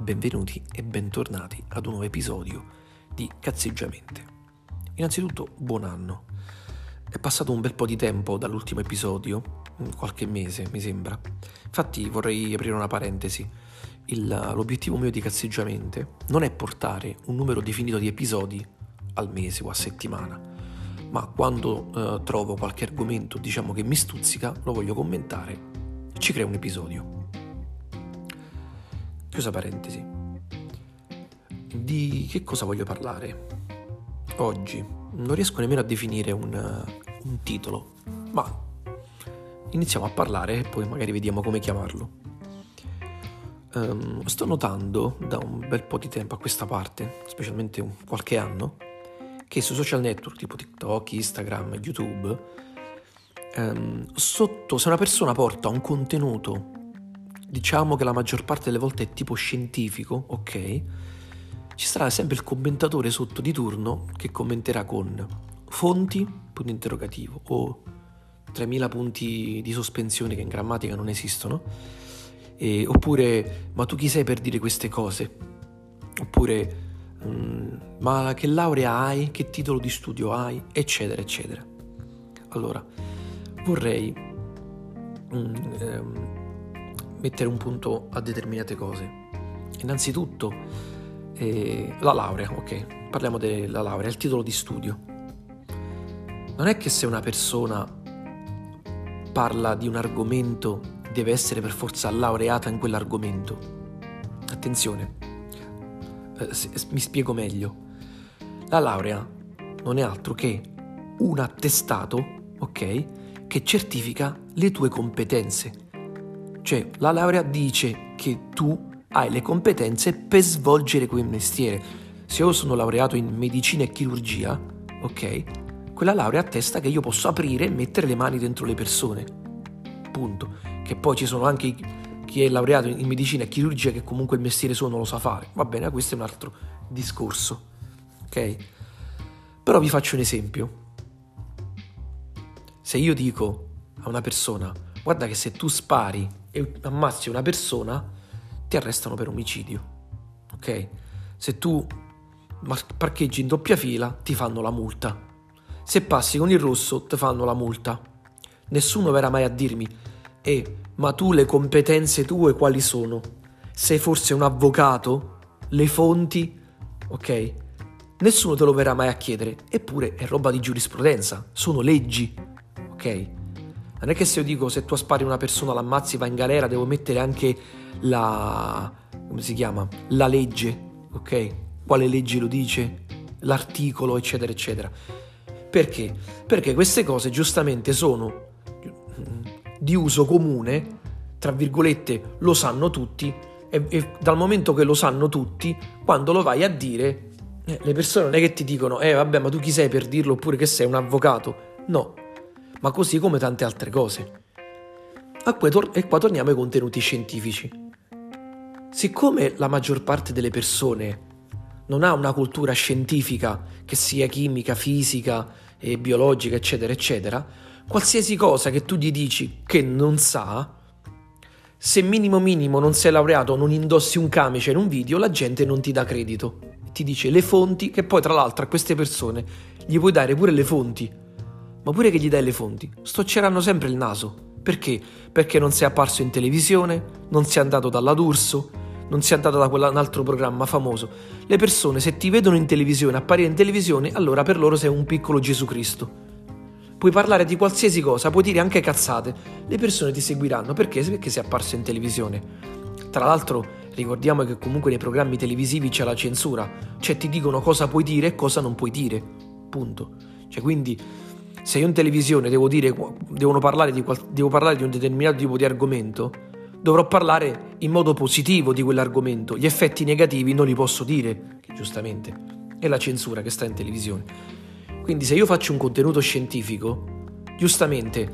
benvenuti e bentornati ad un nuovo episodio di Cazzeggiamente. Innanzitutto, buon anno. È passato un bel po' di tempo dall'ultimo episodio, qualche mese mi sembra. Infatti vorrei aprire una parentesi. L'obiettivo mio di Cazzeggiamente non è portare un numero definito di episodi al mese o a settimana, ma quando trovo qualche argomento, che mi stuzzica, lo voglio commentare e ci creo un episodio. Chiusa parentesi. Di che cosa voglio parlare? Oggi non riesco nemmeno a definire un titolo, ma iniziamo a parlare e poi magari vediamo come chiamarlo. Sto notando da un bel po' di tempo a questa parte, specialmente qualche anno, che sui social network tipo TikTok, Instagram, YouTube, sotto, se una persona porta un contenuto, diciamo che la maggior parte delle volte è tipo scientifico, ok? Ci sarà sempre il commentatore sotto di turno che commenterà con fonti, punto interrogativo, o 3000 punti di sospensione che in grammatica non esistono, oppure ma tu chi sei per dire queste cose? Oppure ma che laurea hai? Che titolo di studio hai? Eccetera, eccetera. Allora, vorrei mettere un punto a determinate cose. Innanzitutto la laurea, ok? Parliamo della laurea, il titolo di studio. Non è che se una persona parla di un argomento deve essere per forza laureata in quell'argomento. Attenzione, mi spiego meglio. La laurea non è altro che un attestato, ok? Che certifica le tue competenze. Cioè, la laurea dice che tu hai le competenze per svolgere quel mestiere. Se io sono laureato in medicina e chirurgia, ok? Quella laurea attesta che io posso aprire e mettere le mani dentro le persone. Punto. Che poi ci sono anche chi è laureato in medicina e chirurgia che comunque il mestiere suo non lo sa fare. Va bene, questo è un altro discorso. Ok? Però vi faccio un esempio. Se io dico a una persona: guarda che se tu spari e ammazzi una persona, ti arrestano per omicidio, ok? Se tu parcheggi in doppia fila, ti fanno la multa. Se passi con il rosso, ti fanno la multa. Nessuno verrà mai a dirmi: ma tu le competenze tue quali sono? Sei forse un avvocato? Le fonti? Ok? Nessuno te lo verrà mai a chiedere. Eppure è roba di giurisprudenza, sono leggi, ok? Non è che se io dico se tu spari una persona, l'ammazzi, va in galera, devo mettere anche come si chiama? La legge, ok? Quale legge lo dice? L'articolo, eccetera, eccetera. Perché? Perché queste cose giustamente sono di uso comune, tra virgolette, lo sanno tutti, e dal momento che lo sanno tutti, quando lo vai a dire, le persone non è che ti dicono vabbè, ma tu chi sei per dirlo, oppure che sei un avvocato? No. Ma così come tante altre cose. E qua torniamo ai contenuti scientifici. Siccome la maggior parte delle persone non ha una cultura scientifica, che sia chimica, fisica, biologica, eccetera, eccetera, qualsiasi cosa che tu gli dici che non sa, se minimo non sei laureato, non indossi un camice in un video, la gente non ti dà credito. Ti dice le fonti, che poi tra l'altro a queste persone gli puoi dare pure le fonti. Ma pure che gli dai le fonti, stocceranno sempre il naso. Perché? Perché non sei apparso in televisione, non sei andato dalla D'Urso, non sei andato da un altro programma famoso. Le persone, se ti vedono in televisione, apparire in televisione, allora per loro sei un piccolo Gesù Cristo. Puoi parlare di qualsiasi cosa, puoi dire anche cazzate, le persone ti seguiranno. Perché? Perché sei apparso in televisione. Tra l'altro ricordiamo che comunque nei programmi televisivi c'è la censura, cioè ti dicono cosa puoi dire e cosa non puoi dire. Punto. Cioè quindi, se io in televisione devo parlare di un determinato tipo di argomento, dovrò parlare in modo positivo di quell'argomento. Gli effetti negativi non li posso dire, che giustamente è la censura che sta in televisione. Quindi se io faccio un contenuto scientifico, giustamente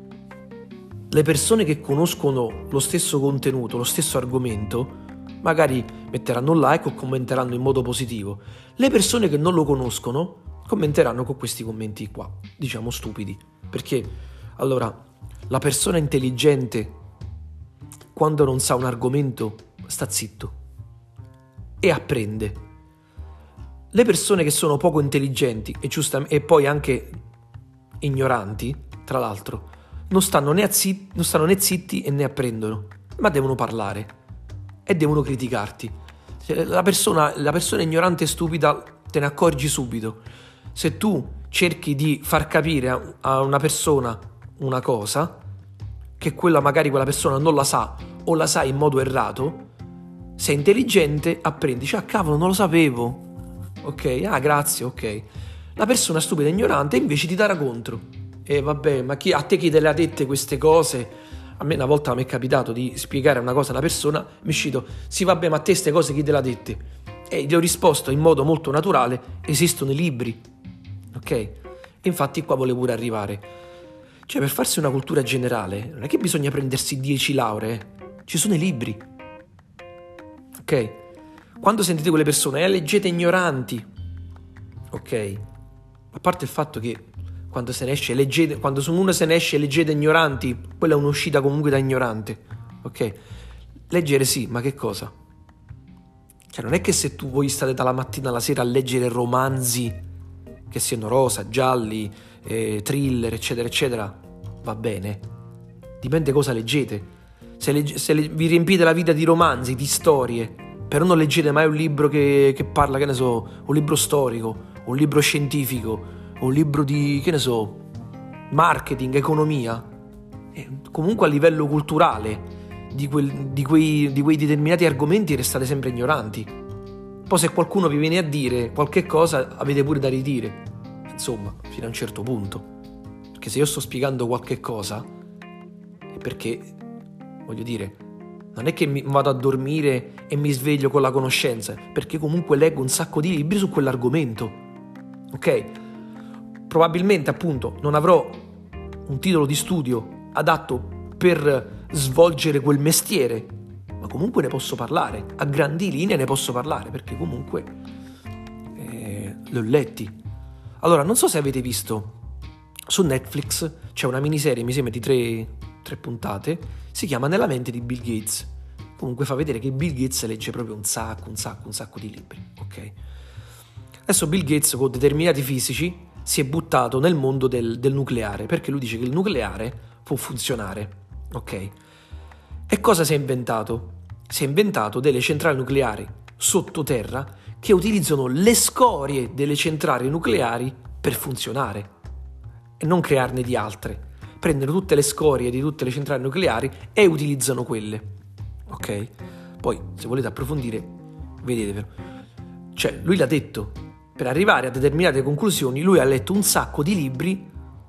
le persone che conoscono lo stesso contenuto, lo stesso argomento, magari metteranno un like o commenteranno in modo positivo. Le persone che non lo conoscono commenteranno con questi commenti qua, diciamo stupidi. Perché allora la persona intelligente, quando non sa un argomento, sta zitto. e apprende. Le persone che sono poco intelligenti e poi anche ignoranti, tra l'altro, non stanno né zitti e né apprendono, ma devono parlare e devono criticarti. La persona ignorante e stupida te ne accorgi subito. Se tu cerchi di far capire a una persona una cosa, che magari quella persona non la sa o la sa in modo errato, sei intelligente, apprendi, cavolo, non lo sapevo. Ok, grazie, ok. La persona stupida e ignorante invece ti darà contro. E vabbè, ma a te chi te le ha dette queste cose? A me una volta mi è capitato di spiegare una cosa a una persona, mi è uscito, sì vabbè, ma a te queste cose chi te le ha dette? E gli ho risposto in modo molto naturale, esistono i libri. Ok? E infatti qua volevo pure arrivare. Cioè, per farsi una cultura generale non è che bisogna prendersi 10 lauree, ci sono i libri. Ok? Quando sentite quelle persone, leggete ignoranti. Ok? A parte il fatto che quando uno se ne esce leggete ignoranti, quella è un'uscita comunque da ignorante. Ok? Leggere sì, ma che cosa? Cioè, non è che se voi state dalla mattina alla sera a leggere romanzi che siano rosa, gialli, thriller, eccetera, eccetera, va bene. Dipende cosa leggete. Se vi riempite la vita di romanzi, di storie, però non leggete mai un libro che parla, che ne so, un libro storico, un libro scientifico, un libro di, che ne so, marketing, economia, comunque a livello culturale di quei determinati argomenti restate sempre ignoranti. Poi se qualcuno vi viene a dire qualche cosa avete pure da ridire, insomma, fino a un certo punto, perché se io sto spiegando qualche cosa è perché, voglio dire, non è che mi vado a dormire e mi sveglio con la conoscenza, perché comunque leggo un sacco di libri su quell'argomento. Ok? Probabilmente appunto non avrò un titolo di studio adatto per svolgere quel mestiere, ma comunque ne posso parlare, a grandi linee ne posso parlare, perché comunque li ho letti. Allora, non so se avete visto, su Netflix c'è una miniserie, mi sembra di tre puntate, si chiama Nella mente di Bill Gates. Comunque fa vedere che Bill Gates legge proprio un sacco di libri, ok? Adesso Bill Gates con determinati fisici si è buttato nel mondo del nucleare, perché lui dice che il nucleare può funzionare, ok? E cosa si è inventato? Si è inventato delle centrali nucleari sottoterra che utilizzano le scorie delle centrali nucleari per funzionare e non crearne di altre. Prendono tutte le scorie di tutte le centrali nucleari e utilizzano quelle, ok? Poi, se volete approfondire, vedetevelo. Cioè, lui l'ha detto, per arrivare a determinate conclusioni, lui ha letto un sacco di libri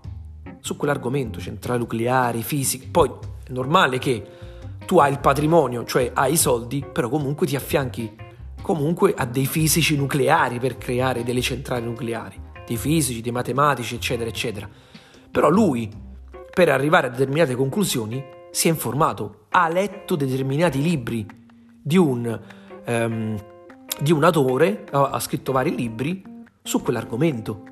su quell'argomento, centrali nucleari, fisica. Poi è normale che tu hai il patrimonio, cioè hai i soldi, però comunque ti affianchi comunque a dei fisici nucleari per creare delle centrali nucleari, dei fisici, dei matematici, eccetera, eccetera. Però lui, per arrivare a determinate conclusioni, si è informato, ha letto determinati libri di un autore, ha scritto vari libri su quell'argomento.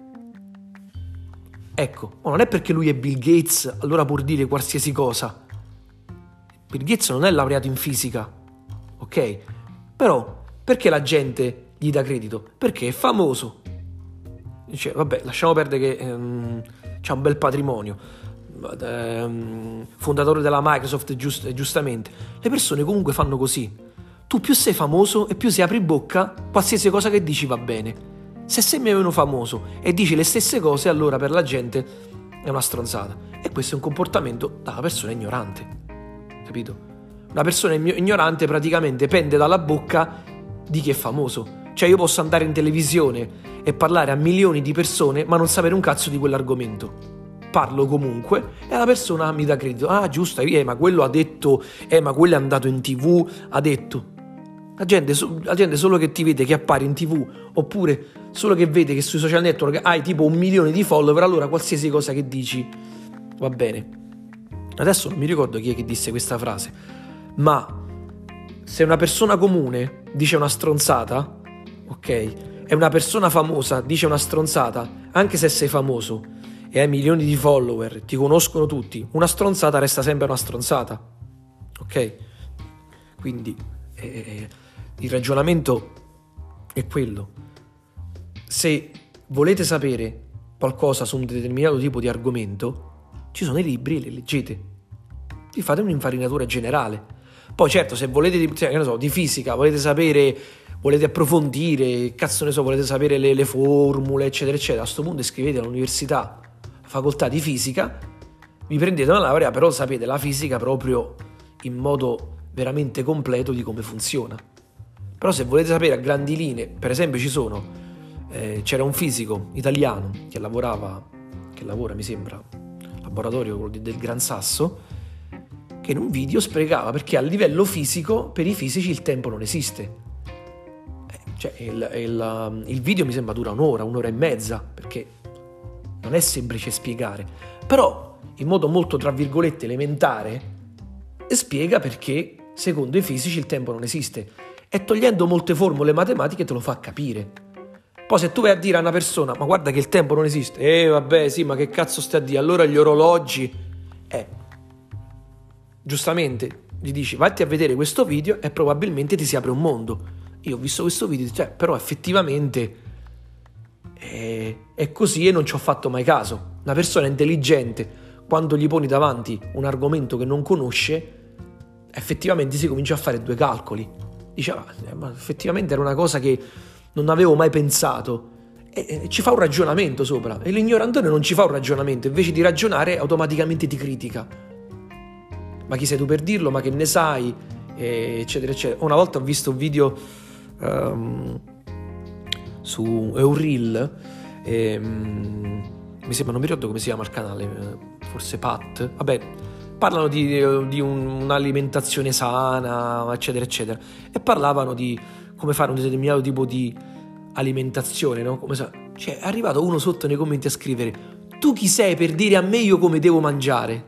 Ecco, non è perché lui è Bill Gates, allora può dire qualsiasi cosa. Bill Gates non è laureato in fisica, ok? Però, perché la gente gli dà credito? Perché è famoso. Dice, vabbè, lasciamo perdere che c'ha un bel patrimonio, fondatore della Microsoft, giustamente. Le persone comunque fanno così. Tu più sei famoso e più se apri bocca, qualsiasi cosa che dici va bene. Se sei meno famoso e dici le stesse cose, allora per la gente è una stronzata. E questo è un comportamento dalla persona ignorante. Capito? Una persona ignorante praticamente pende dalla bocca di chi è famoso. Cioè io posso andare in televisione e parlare a milioni di persone ma non sapere un cazzo di quell'argomento. Parlo comunque e la persona mi dà credito. Ah, giusto, ma quello ha detto, ma quello è andato in TV, ha detto. La gente solo che ti vede che appari in TV, oppure solo che vede che sui social network hai tipo 1 milione di follower, allora qualsiasi cosa che dici va bene. Adesso non mi ricordo chi è che disse questa frase, ma se una persona comune dice una stronzata, ok, e una persona famosa dice una stronzata, anche se sei famoso e hai milioni di follower, ti conoscono tutti, una stronzata resta sempre una stronzata, ok? Quindi il ragionamento è quello. Se volete sapere qualcosa su un determinato tipo di argomento, ci sono i libri e li leggete. Vi fate un'infarinatura generale. Poi certo, se volete, che ne so, di fisica, volete sapere, volete approfondire, cazzo ne so, volete sapere le formule, eccetera, eccetera, a sto punto iscrivete all'università, facoltà di fisica, vi prendete una laurea, però sapete la fisica proprio in modo veramente completo di come funziona. Però se volete sapere a grandi linee, per esempio c'era un fisico italiano che lavora mi sembra, laboratorio del Gran Sasso, che in un video spiegava perché a livello fisico per i fisici il tempo non esiste. Cioè il video mi sembra dura un'ora e mezza, perché non è semplice spiegare, però in modo molto tra virgolette elementare spiega perché secondo i fisici il tempo non esiste, e togliendo molte formule matematiche te lo fa capire. Poi se tu vai a dire a una persona ma guarda che il tempo non esiste, vabbè sì, ma che cazzo stai a dire, allora gli orologi, giustamente gli dici vatti a vedere questo video e probabilmente ti si apre un mondo. Io ho visto questo video, però effettivamente è così e non ci ho fatto mai caso. Una persona intelligente, quando gli poni davanti un argomento che non conosce, effettivamente si comincia a fare due calcoli. Dice ma effettivamente era una cosa che non avevo mai pensato, e ci fa un ragionamento sopra, e l'ignorantone non ci fa un ragionamento, invece di ragionare automaticamente ti critica. Ma chi sei tu per dirlo, ma che ne sai, eccetera eccetera. Una volta ho visto un video su un reel, mi sembra, non mi ricordo come si chiama il canale, forse Pat, vabbè, parlano di un'alimentazione sana, eccetera eccetera, e parlavano di come fare un determinato tipo di alimentazione, no? Cioè è arrivato uno sotto nei commenti a scrivere: tu chi sei per dire a me io come devo mangiare?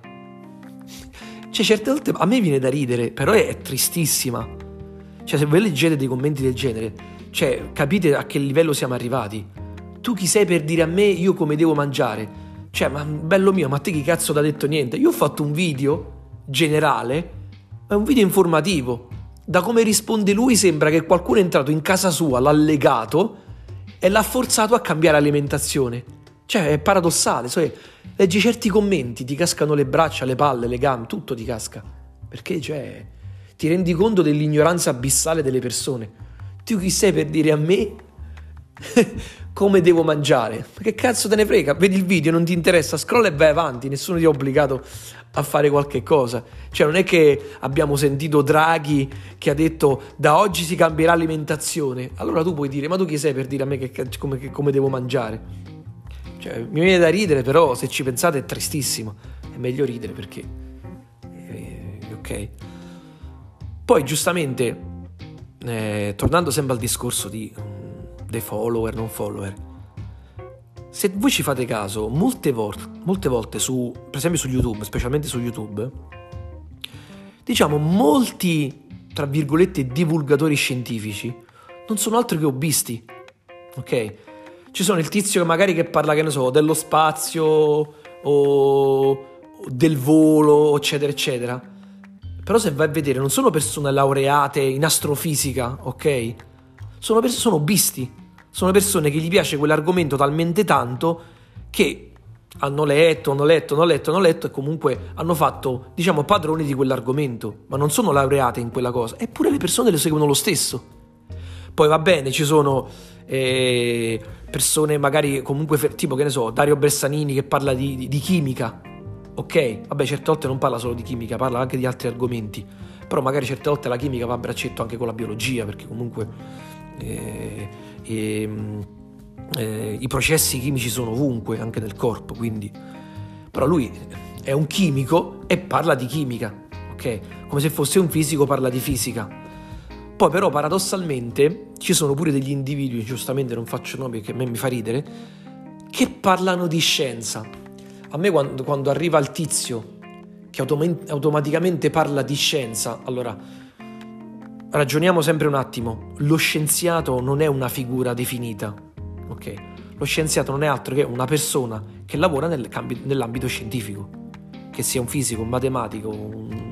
Cioè certe volte a me viene da ridere, però è tristissima. Cioè se voi leggete dei commenti del genere, cioè capite a che livello siamo arrivati. Tu chi sei per dire a me io come devo mangiare? Cioè ma bello mio, ma a te chi cazzo t'ha detto niente? Io ho fatto un video generale, è un video informativo. Da come risponde lui sembra che qualcuno è entrato in casa sua, l'ha legato e l'ha forzato a cambiare alimentazione. Cioè è paradossale, leggi certi commenti, ti cascano le braccia, le palle, le gambe, tutto ti casca, perché cioè ti rendi conto dell'ignoranza abissale delle persone. Tu chi sei per dire a me come devo mangiare? Ma che cazzo te ne frega? Vedi il video, non ti interessa, scrolla e vai avanti, nessuno ti ha obbligato a fare qualche cosa. Cioè non è che abbiamo sentito Draghi che ha detto da oggi si cambierà alimentazione, allora tu puoi dire ma tu chi sei per dire a me come devo mangiare? Cioè, mi viene da ridere, però se ci pensate è tristissimo. È meglio ridere perché ok. Poi giustamente tornando sempre al discorso dei follower, non follower, se voi ci fate caso, molte volte per esempio su YouTube, specialmente su YouTube, diciamo molti tra virgolette divulgatori scientifici non sono altro che hobbisti, ok? Ci sono il tizio che magari che parla, che ne so, dello spazio o del volo, eccetera, eccetera. Però se vai a vedere, non sono persone laureate in astrofisica, ok? Sono hobbisti. Sono persone che gli piace quell'argomento talmente tanto che hanno letto e comunque hanno fatto, diciamo, padroni di quell'argomento, ma non sono laureate in quella cosa. Eppure le persone lo seguono lo stesso. Poi va bene, ci sono persone magari comunque tipo, che ne so, Dario Bessanini che parla di chimica, ok? Vabbè, certe volte non parla solo di chimica, parla anche di altri argomenti, però magari certe volte la chimica va a braccetto anche con la biologia, perché comunque i processi chimici sono ovunque, anche nel corpo, quindi. Però lui è un chimico e parla di chimica, ok? Come se fosse un fisico, parla di fisica. Poi però paradossalmente ci sono pure degli individui, giustamente non faccio nomi perché a me mi fa ridere, che parlano di scienza. A me quando arriva il tizio che automaticamente parla di scienza, allora ragioniamo sempre un attimo. Lo scienziato non è una figura definita, ok? Lo scienziato non è altro che una persona che lavora nell'ambito scientifico, che sia un fisico, un matematico,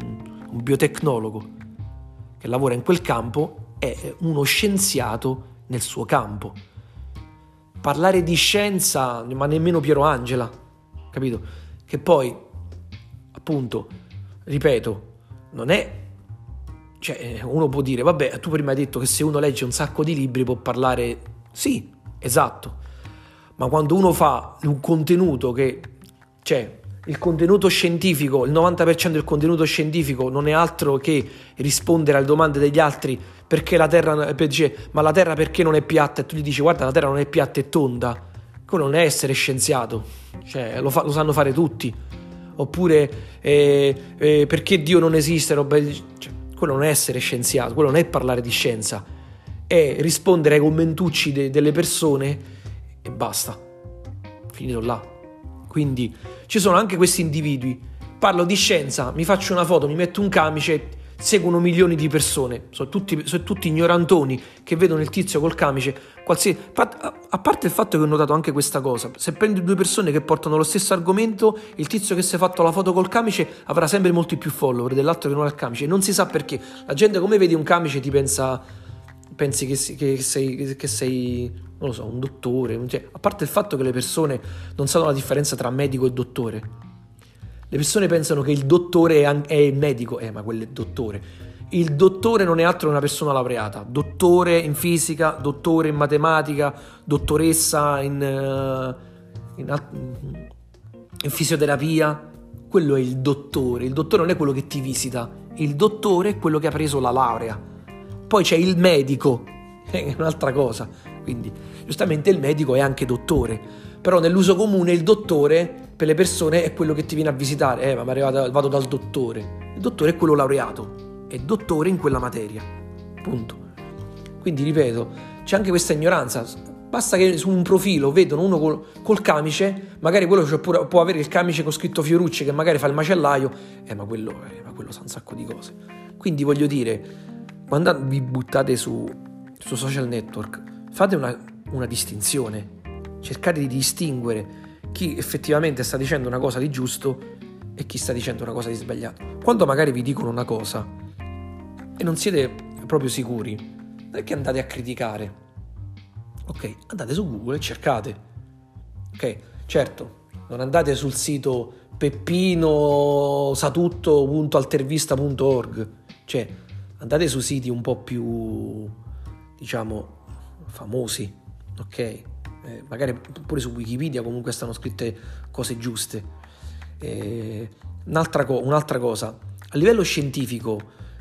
un biotecnologo, che lavora in quel campo, è uno scienziato nel suo campo. Parlare di scienza, ma nemmeno Piero Angela, capito? Che poi, appunto, ripeto, non è... Cioè, uno può dire, vabbè, tu prima hai detto che se uno legge un sacco di libri può parlare... Sì, esatto. Ma quando uno fa un contenuto che... Cioè, il contenuto scientifico, il 90% del contenuto scientifico non è altro che rispondere alle domande degli altri, perché la Terra... Dice, ma la Terra perché non è piatta? E tu gli dici, guarda, la Terra non è piatta, è tonda. Quello non è essere scienziato. Cioè, lo sanno fare tutti. Oppure, perché Dio non esiste? Cioè, quello non è essere scienziato, quello non è parlare di scienza, è rispondere ai commentucci delle persone e basta, finito là. Quindi ci sono anche questi individui, parlo di scienza, mi faccio una foto, mi metto un camice, seguono milioni di persone, sono tutti ignorantoni che vedono il tizio col camice, a parte il fatto che ho notato anche questa cosa, se prendi due persone che portano lo stesso argomento, il tizio che si è fatto la foto col camice avrà sempre molti più follower dell'altro che non ha il camice, non si sa perché, la gente come vedi un camice ti pensi che sei, non lo so, un dottore, cioè, a parte il fatto che le persone non sanno la differenza tra medico e dottore. Le persone pensano che il dottore è il medico, ma quello è dottore. Il dottore non è altro che una persona laureata, dottore in fisica, dottore in matematica, dottoressa in fisioterapia. Quello è il dottore. Il dottore non è quello che ti visita, il dottore è quello che ha preso la laurea. Poi c'è il medico, è un'altra cosa. Quindi, giustamente il medico è anche dottore, però nell'uso comune il dottore per le persone è quello che ti viene a visitare, ma vado dal dottore. Il dottore è quello laureato, è dottore in quella materia, punto. Quindi ripeto, c'è anche questa ignoranza, basta che su un profilo vedono uno col camice, magari quello può avere il camice con scritto Fiorucci che magari fa il macellaio, ma quello sa un sacco di cose. Quindi voglio dire, quando vi buttate su social network, fate una distinzione, cercate di distinguere chi effettivamente sta dicendo una cosa di giusto e chi sta dicendo una cosa di sbagliato. Quando magari vi dicono una cosa e non siete proprio sicuri, non è che andate a criticare, ok? Andate su Google e cercate, ok? Certo, non andate sul sito peppinosatutto.altervista.org, cioè andate su siti un po' più, diciamo, famosi, ok? Magari pure su Wikipedia comunque stanno scritte cose giuste. Un'altra cosa, a livello scientifico,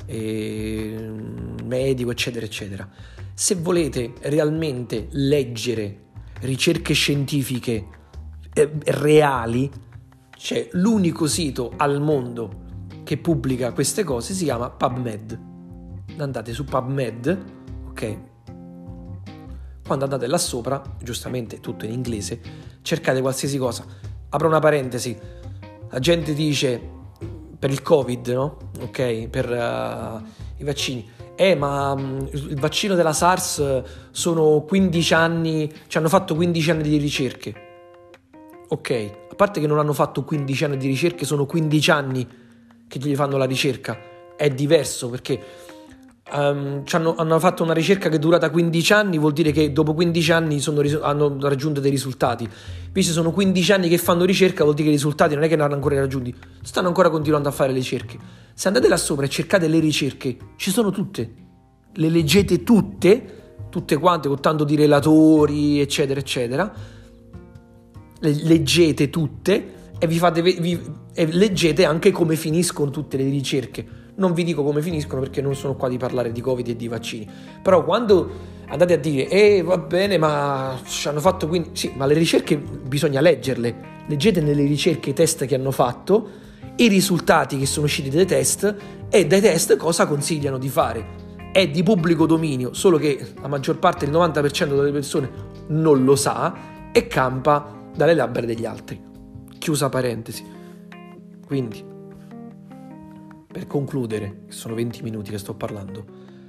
medico, eccetera, eccetera, se volete realmente leggere ricerche scientifiche reali, c'è l'unico sito al mondo che pubblica queste cose, si chiama PubMed. Andate su PubMed, ok? Quando andate là sopra, giustamente tutto in inglese, cercate qualsiasi cosa. Apro una parentesi, la gente dice per il Covid, no? Ok, per i vaccini. Ma il vaccino della SARS sono 15 anni, ci hanno fatto 15 anni di ricerche. Ok, a parte che non hanno fatto 15 anni di ricerche, sono 15 anni che gli fanno la ricerca. È diverso perché hanno fatto una ricerca che è durata 15 anni, vuol dire che dopo 15 anni hanno raggiunto dei risultati. Invece sono 15 anni che fanno ricerca, vuol dire che i risultati non è che non hanno ancora raggiunti, stanno ancora continuando a fare le ricerche. Se andate là sopra e cercate le ricerche, ci sono tutte, le leggete tutte quante, con tanto di relatori, eccetera, eccetera. Le leggete tutte e leggete anche come finiscono tutte le ricerche. Non vi dico come finiscono perché non sono qua di parlare di Covid e di vaccini, però quando andate a dire va bene, ma ci hanno fatto quindi sì, ma le ricerche bisogna leggerle, leggete nelle ricerche i test che hanno fatto, i risultati che sono usciti dai test e dai test cosa consigliano di fare. È di pubblico dominio, solo che la maggior parte, il 90% delle persone non lo sa e campa dalle labbra degli altri. Chiusa parentesi. Quindi, per concludere, sono 20 minuti che sto parlando,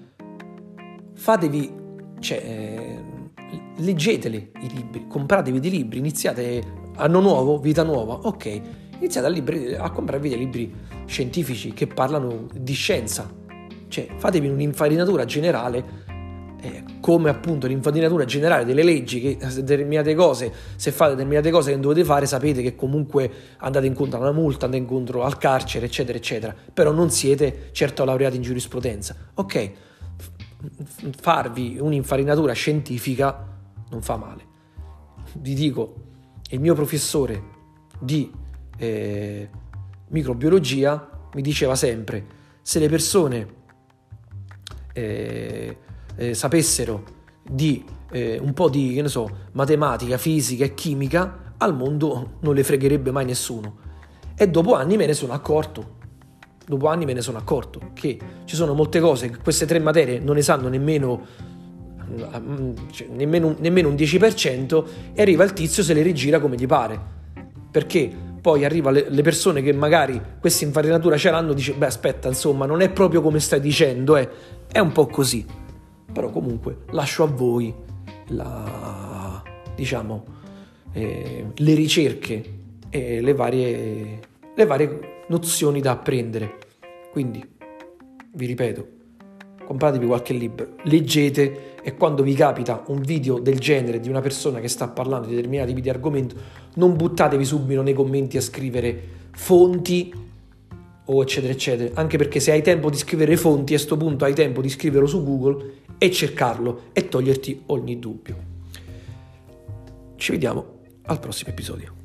leggeteli i libri, compratevi dei libri, iniziate anno nuovo, vita nuova, ok, iniziate a comprarvi dei libri scientifici che parlano di scienza, cioè fatevi un'infarinatura generale come appunto l'infarinatura generale delle leggi, che determinate cose, se fate determinate cose che non dovete fare, sapete che comunque andate incontro a una multa, andate incontro al carcere, eccetera, eccetera, però non siete certo laureati in giurisprudenza. Ok, farvi un'infarinatura scientifica non fa male. Vi dico, il mio professore di microbiologia mi diceva sempre: se le persone sapessero di un po' di, che ne so, matematica, fisica e chimica, al mondo non le fregherebbe mai nessuno. E dopo anni me ne sono accorto che ci sono molte cose che queste 3 materie non ne sanno nemmeno un 10%, e arriva il tizio, se le rigira come gli pare, perché poi arriva le persone che magari questa infarinatura ce l'hanno, dice: beh, aspetta, insomma, non è proprio come stai dicendo, è un po' così. Però comunque lascio a voi le ricerche e le varie nozioni da apprendere. Quindi vi ripeto, compratevi qualche libro, leggete, e quando vi capita un video del genere di una persona che sta parlando di determinati tipi di argomento, non buttatevi subito nei commenti a scrivere fonti o eccetera eccetera, anche perché se hai tempo di scrivere fonti, a sto punto hai tempo di scriverlo su Google e cercarlo e toglierti ogni dubbio. Ci vediamo al prossimo episodio.